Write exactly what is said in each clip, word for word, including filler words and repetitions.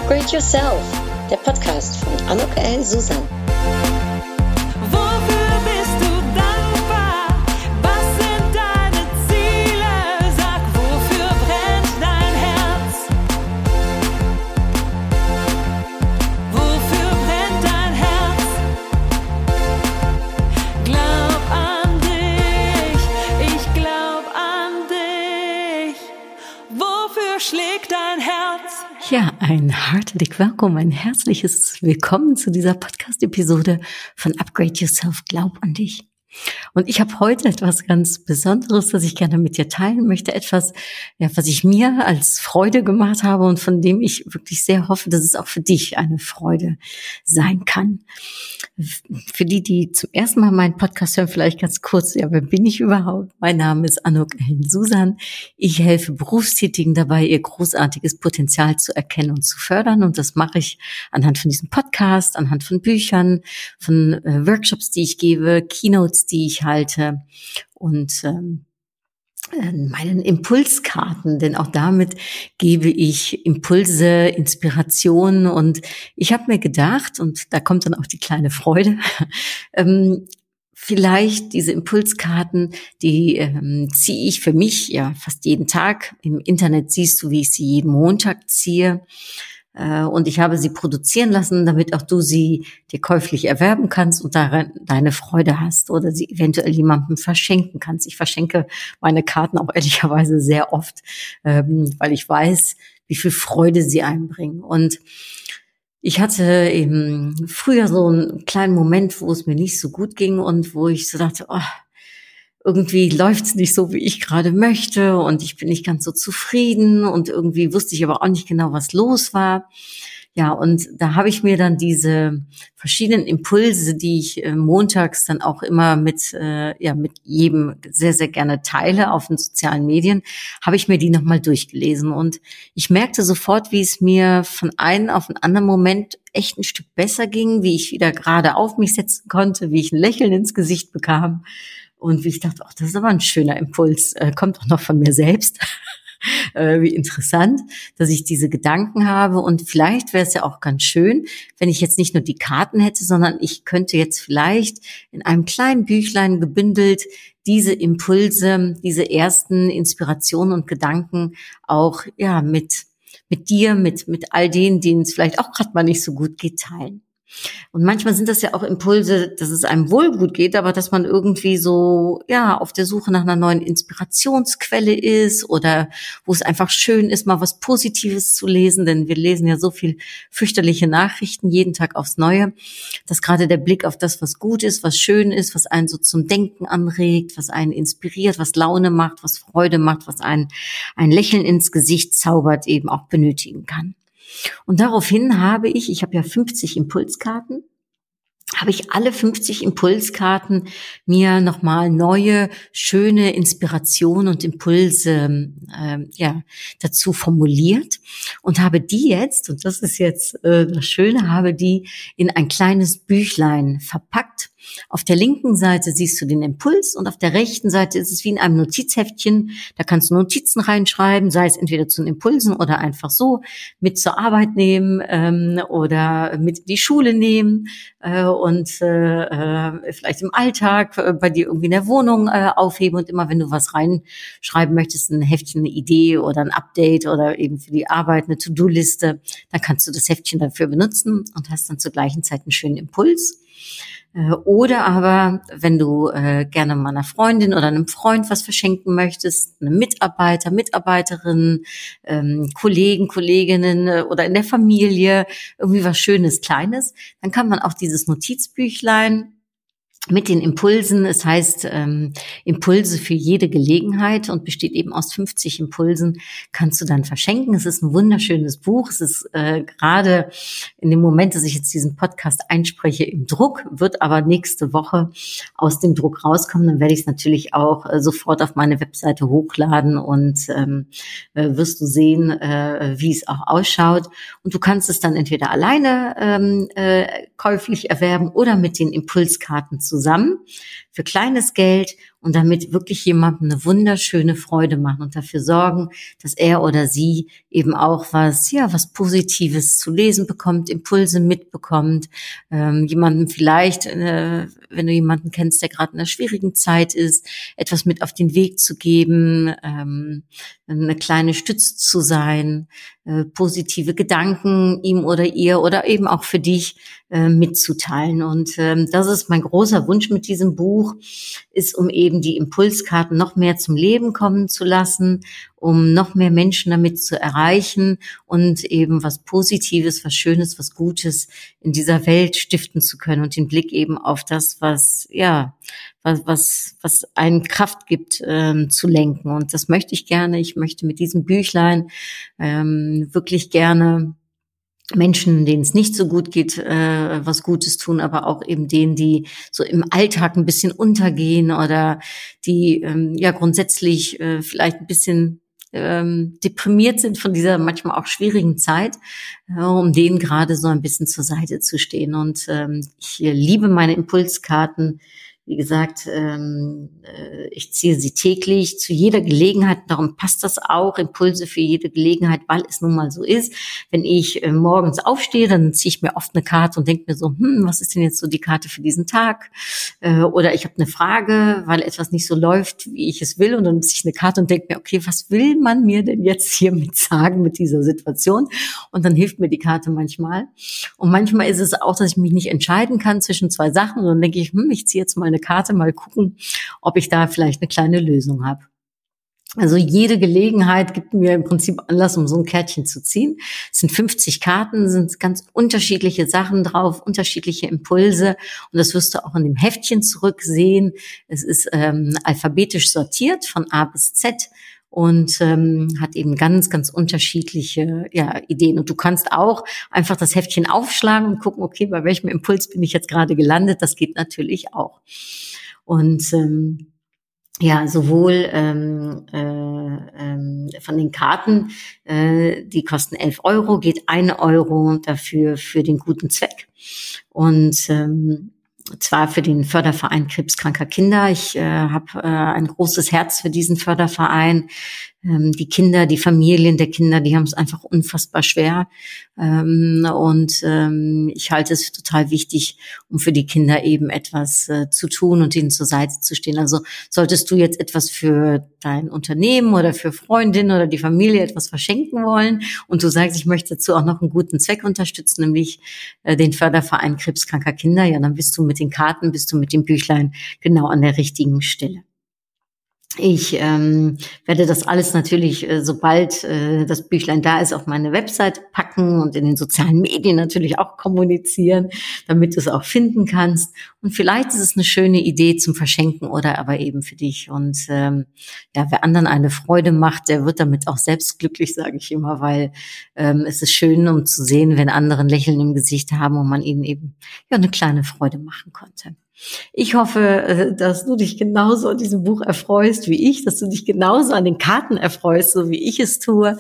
Upgrade Yourself, der Podcast von Anouk El Susan. Wofür bist du dankbar? Was sind deine Ziele? Sag, wofür brennt dein Herz? Wofür brennt dein Herz? Glaub an dich, ich glaub an dich. Wofür schlägt dein Herz? Ja, ein herzlich willkommen, ein herzliches Willkommen zu dieser Podcast-Episode von Upgrade Yourself, glaub an dich. Und ich habe heute etwas ganz Besonderes, das ich gerne mit dir teilen möchte. Etwas, ja, was ich mir als Freude gemacht habe und von dem ich wirklich sehr hoffe, dass es auch für dich eine Freude sein kann. Für die, die zum ersten Mal meinen Podcast hören, vielleicht ganz kurz, ja, wer bin ich überhaupt? Mein Name ist Anouk El Susan. Ich helfe Berufstätigen dabei, ihr großartiges Potenzial zu erkennen und zu fördern. Und das mache ich anhand von diesem Podcast, anhand von Büchern, von äh, Workshops, die ich gebe, Keynotes, die ich halte und ähm, meinen Impulskarten, denn auch damit gebe ich Impulse, Inspirationen und ich habe mir gedacht, und da kommt dann auch die kleine Freude, ähm, vielleicht diese Impulskarten, die ähm, ziehe ich für mich ja fast jeden Tag. Im Internet siehst du, wie ich sie jeden Montag ziehe. Und ich habe sie produzieren lassen, damit auch du sie dir käuflich erwerben kannst und daran deine Freude hast oder sie eventuell jemandem verschenken kannst. Ich verschenke meine Karten auch ehrlicherweise sehr oft, weil ich weiß, wie viel Freude sie einbringen. Und ich hatte eben früher so einen kleinen Moment, wo es mir nicht so gut ging und wo ich so dachte, oh, irgendwie läuft's nicht so, wie ich gerade möchte und ich bin nicht ganz so zufrieden und irgendwie wusste ich aber auch nicht genau, was los war. Ja, und da habe ich mir dann diese verschiedenen Impulse, die ich äh, montags dann auch immer mit äh, ja mit jedem sehr, sehr gerne teile auf den sozialen Medien, habe ich mir die nochmal durchgelesen und ich merkte sofort, wie es mir von einem auf einen anderen Moment echt ein Stück besser ging, wie ich wieder gerade auf mich setzen konnte, wie ich ein Lächeln ins Gesicht bekam. Und wie ich dachte, ach, das ist aber ein schöner Impuls, äh, kommt auch noch von mir selbst. äh, wie interessant, dass ich diese Gedanken habe. Und vielleicht wäre es ja auch ganz schön, wenn ich jetzt nicht nur die Karten hätte, sondern ich könnte jetzt vielleicht in einem kleinen Büchlein gebündelt diese Impulse, diese ersten Inspirationen und Gedanken auch ja mit mit dir, mit mit all denen, denen es vielleicht auch gerade mal nicht so gut geht, teilen. Und manchmal sind das ja auch Impulse, dass es einem wohl gut geht, aber dass man irgendwie so, ja, auf der Suche nach einer neuen Inspirationsquelle ist oder wo es einfach schön ist, mal was Positives zu lesen, denn wir lesen ja so viel fürchterliche Nachrichten jeden Tag aufs Neue, dass gerade der Blick auf das, was gut ist, was schön ist, was einen so zum Denken anregt, was einen inspiriert, was Laune macht, was Freude macht, was einen ein Lächeln ins Gesicht zaubert, eben auch benötigen kann. Und daraufhin habe ich, ich habe ja fünfzig Impulskarten, habe ich alle fünfzig Impulskarten mir nochmal neue, schöne Inspirationen und Impulse äh, ja dazu formuliert und habe die jetzt, und das ist jetzt äh, das Schöne, habe die in ein kleines Büchlein verpackt. Auf der linken Seite siehst du den Impuls und auf der rechten Seite ist es wie in einem Notizheftchen. Da kannst du Notizen reinschreiben, sei es entweder zu den Impulsen oder einfach so mit zur Arbeit nehmen ähm, oder mit in die Schule nehmen äh, und äh, vielleicht im Alltag äh, bei dir irgendwie in der Wohnung äh, aufheben und immer wenn du was reinschreiben möchtest, ein Heftchen, eine Idee oder ein Update oder eben für die Arbeit eine To-Do-Liste, dann kannst du das Heftchen dafür benutzen und hast dann zur gleichen Zeit einen schönen Impuls. Oder aber, wenn du äh, gerne mal einer Freundin oder einem Freund was verschenken möchtest, einem Mitarbeiter, Mitarbeiterin, ähm, Kollegen, Kolleginnen äh, oder in der Familie, irgendwie was Schönes, Kleines, dann kann man auch dieses Notizbüchlein mit den Impulsen, es heißt ähm, Impulse für jede Gelegenheit und besteht eben aus fünfzig Impulsen, kannst du dann verschenken. Es ist ein wunderschönes Buch. Es ist äh, gerade in dem Moment, dass ich jetzt diesen Podcast einspreche, im Druck, wird aber nächste Woche aus dem Druck rauskommen. Dann werde ich es natürlich auch äh, sofort auf meine Webseite hochladen und ähm, äh, wirst du sehen, äh, wie es auch ausschaut. Und du kannst es dann entweder alleine ähm, äh, käuflich erwerben oder mit den Impulskarten zusammen für kleines Geld und damit wirklich jemandem eine wunderschöne Freude machen und dafür sorgen, dass er oder sie eben auch was, ja, was Positives zu lesen bekommt, Impulse mitbekommt, ähm, jemanden vielleicht, äh, wenn du jemanden kennst, der gerade in einer schwierigen Zeit ist, etwas mit auf den Weg zu geben, ähm, eine kleine Stütze zu sein, äh, positive Gedanken ihm oder ihr oder eben auch für dich äh, mitzuteilen. Und ähm, das ist mein großer Wunsch mit diesem Buch, ist, um eben die Impulskarten noch mehr zum Leben kommen zu lassen, um noch mehr Menschen damit zu erreichen und eben was Positives, was Schönes, was Gutes in dieser Welt stiften zu können und den Blick eben auf das, was, ja, was, was, was einen Kraft gibt, ähm, zu lenken. Und das möchte ich gerne. Ich möchte mit diesem Büchlein ähm, wirklich gerne Menschen, denen es nicht so gut geht, äh, was Gutes tun, aber auch eben denen, die so im Alltag ein bisschen untergehen oder die ähm, ja grundsätzlich äh, vielleicht ein bisschen ähm, deprimiert sind von dieser manchmal auch schwierigen Zeit, äh, um denen gerade so ein bisschen zur Seite zu stehen. Und ähm, ich liebe meine Impulskarten. Wie gesagt, ähm, äh, ich ziehe sie täglich zu jeder Gelegenheit. Darum passt das auch, Impulse für jede Gelegenheit, weil es nun mal so ist. Wenn ich äh, morgens aufstehe, dann ziehe ich mir oft eine Karte und denke mir so, hm, was ist denn jetzt so die Karte für diesen Tag? Äh, oder ich habe eine Frage, weil etwas nicht so läuft, wie ich es will. Und dann ziehe ich eine Karte und denke mir, okay, was will man mir denn jetzt hiermit sagen mit dieser Situation? Und dann hilft mir die Karte manchmal. Und manchmal ist es auch, dass ich mich nicht entscheiden kann zwischen zwei Sachen. Und dann denke ich, hm, ich ziehe jetzt mal eine Karte, mal gucken, ob ich da vielleicht eine kleine Lösung habe. Also jede Gelegenheit gibt mir im Prinzip Anlass, um so ein Kärtchen zu ziehen. Es sind fünfzig Karten, sind ganz unterschiedliche Sachen drauf, unterschiedliche Impulse. Und das wirst du auch in dem Heftchen zurücksehen. Es ist ähm, alphabetisch sortiert von A bis Z. Und ähm, hat eben ganz, ganz unterschiedliche ja, Ideen. Und du kannst auch einfach das Heftchen aufschlagen und gucken, okay, bei welchem Impuls bin ich jetzt gerade gelandet. Das geht natürlich auch. Und ähm, ja, sowohl ähm, äh, ähm, von den Karten, äh, die kosten elf Euro, geht ein Euro dafür für den guten Zweck. Und ähm, zwar für den Förderverein krebskranker Kinder. Ich äh, habe äh, ein großes Herz für diesen Förderverein. Ähm, die Kinder, die Familien der Kinder, die haben es einfach unfassbar schwer. Ähm, und ähm, ich halte es für total wichtig, um für die Kinder eben etwas äh, zu tun und ihnen zur Seite zu stehen. Also solltest du jetzt etwas für dein Unternehmen oder für Freundinnen oder die Familie etwas verschenken wollen und du sagst, ich möchte dazu auch noch einen guten Zweck unterstützen, nämlich äh, den Förderverein krebskranker Kinder, ja, dann bist du mit den Karten, bist du mit dem Büchlein genau an der richtigen Stelle. Ich ähm, werde das alles natürlich, äh, sobald äh, das Büchlein da ist, auf meine Website packen und in den sozialen Medien natürlich auch kommunizieren, damit du es auch finden kannst. Und vielleicht ist es eine schöne Idee zum Verschenken oder aber eben für dich. Und ähm, ja, wer anderen eine Freude macht, der wird damit auch selbst glücklich, sage ich immer, weil ähm, es ist schön, um zu sehen, wenn andere ein Lächeln im Gesicht haben und man ihnen eben ja eine kleine Freude machen konnte. Ich hoffe, dass du dich genauso an diesem Buch erfreust wie ich, dass du dich genauso an den Karten erfreust, so wie ich es tue.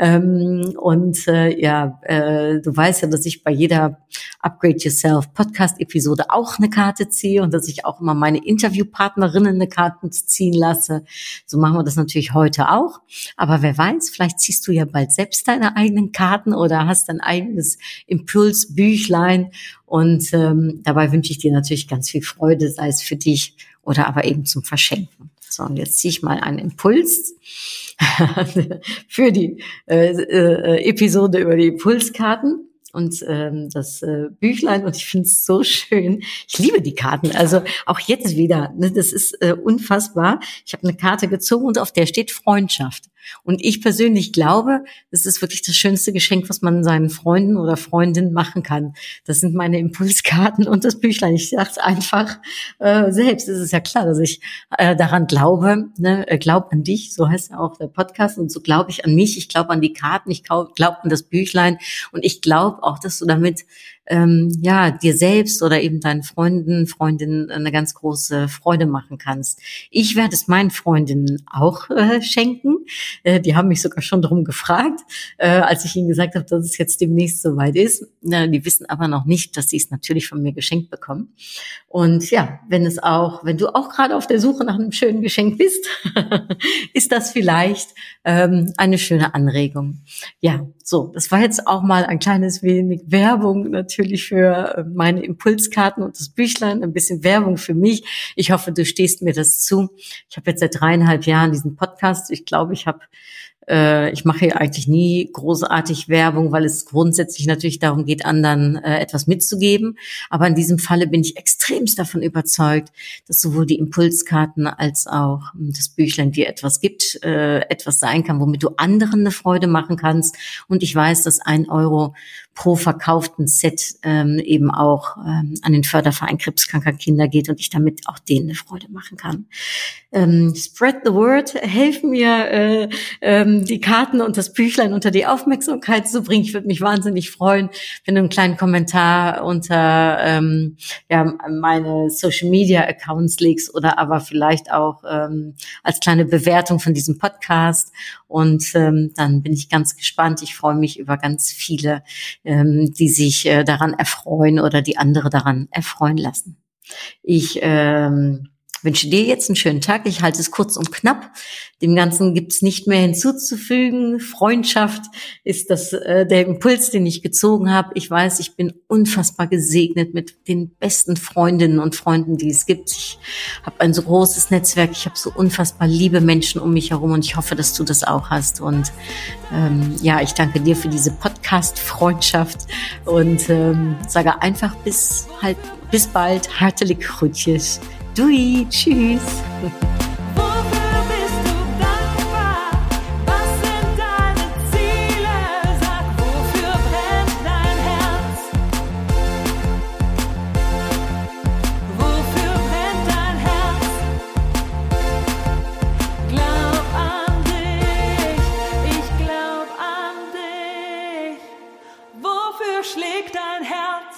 Und ja, du weißt ja, dass ich bei jeder Upgrade Yourself Podcast-Episode auch eine Karte ziehe und dass ich auch immer meine Interviewpartnerinnen eine Karte ziehen lasse. So machen wir das natürlich heute auch. Aber wer weiß, vielleicht ziehst du ja bald selbst deine eigenen Karten oder hast dein eigenes Impulsbüchlein. Und ähm, dabei wünsche ich dir natürlich ganz viel Freude, sei es für dich oder aber eben zum Verschenken. So, und jetzt ziehe ich mal einen Impuls für die äh, äh, Episode über die Impulskarten und ähm, das äh, Büchlein. Und ich finde es so schön. Ich liebe die Karten. Also auch jetzt wieder, ne, das ist äh, unfassbar. Ich habe eine Karte gezogen und auf der steht Freundschaft. Und ich persönlich glaube, das ist wirklich das schönste Geschenk, was man seinen Freunden oder Freundinnen machen kann. Das sind meine Impulskarten und das Büchlein. Ich sage es einfach äh, selbst. Es ist ja klar, dass ich äh, daran glaube, ne, glaub an dich, so heißt ja auch der Podcast. Und so glaube ich an mich. Ich glaube an die Karten, ich glaube glaub an das Büchlein. Und ich glaube auch, dass du damit ähm, ja, dir selbst oder eben deinen Freunden, Freundinnen eine ganz große Freude machen kannst. Ich werde es meinen Freundinnen auch äh, schenken. Äh, die haben mich sogar schon darum gefragt, äh, als ich ihnen gesagt habe, dass es jetzt demnächst soweit ist. Äh, die wissen aber noch nicht, dass sie es natürlich von mir geschenkt bekommen. Und ja, wenn es auch, wenn du auch gerade auf der Suche nach einem schönen Geschenk bist, ist das vielleicht ähm, eine schöne Anregung. Ja, so, das war jetzt auch mal ein kleines wenig Werbung natürlich für meine Impulskarten und das Büchlein, ein bisschen Werbung für mich. Ich hoffe, du stehst mir das zu. Ich habe jetzt seit dreieinhalb Jahren diesen Podcast. Ich glaube, ich habe äh, ich mache hier eigentlich nie großartig Werbung, weil es grundsätzlich natürlich darum geht, anderen äh, etwas mitzugeben. Aber in diesem Falle bin ich extremst davon überzeugt, dass sowohl die Impulskarten als auch ähm, das Büchlein dir etwas gibt, äh, etwas sein kann, womit du anderen eine Freude machen kannst. Und ich weiß, dass ein Euro pro verkauften Set ähm, eben auch ähm, an den Förderverein krebskranker Kinder geht und ich damit auch denen eine Freude machen kann. Ähm, spread the word, helf mir, äh, ähm, die Karten und das Büchlein unter die Aufmerksamkeit zu bringen. Ich würde mich wahnsinnig freuen, wenn du einen kleinen Kommentar unter ähm, ja, meine Social-Media-Accounts legst oder aber vielleicht auch ähm, als kleine Bewertung von diesem Podcast. Und ähm, dann bin ich ganz gespannt. Ich freue mich über ganz viele, ähm, die sich äh, daran erfreuen oder die andere daran erfreuen lassen. Ich ähm, wünsche dir jetzt einen schönen Tag. Ich halte es kurz und knapp. Dem Ganzen gibt's nicht mehr hinzuzufügen. Freundschaft ist das äh, der Impuls, den ich gezogen habe. Ich weiß, ich bin unfassbar gesegnet mit den besten Freundinnen und Freunden, die es gibt. Ich habe ein so großes Netzwerk. Ich habe so unfassbar liebe Menschen um mich herum und ich hoffe, dass du das auch hast. Und ähm, ja, ich danke dir für diese Podcast-Freundschaft und ähm, sage einfach bis halt bis bald. Hartelijk groetjes. Doei, tschüss. Wofür bist du dankbar? Was sind deine Ziele? Sag, wofür brennt dein Herz? Wofür brennt dein Herz? Glaub an dich, ich glaub an dich. Wofür schlägt dein Herz?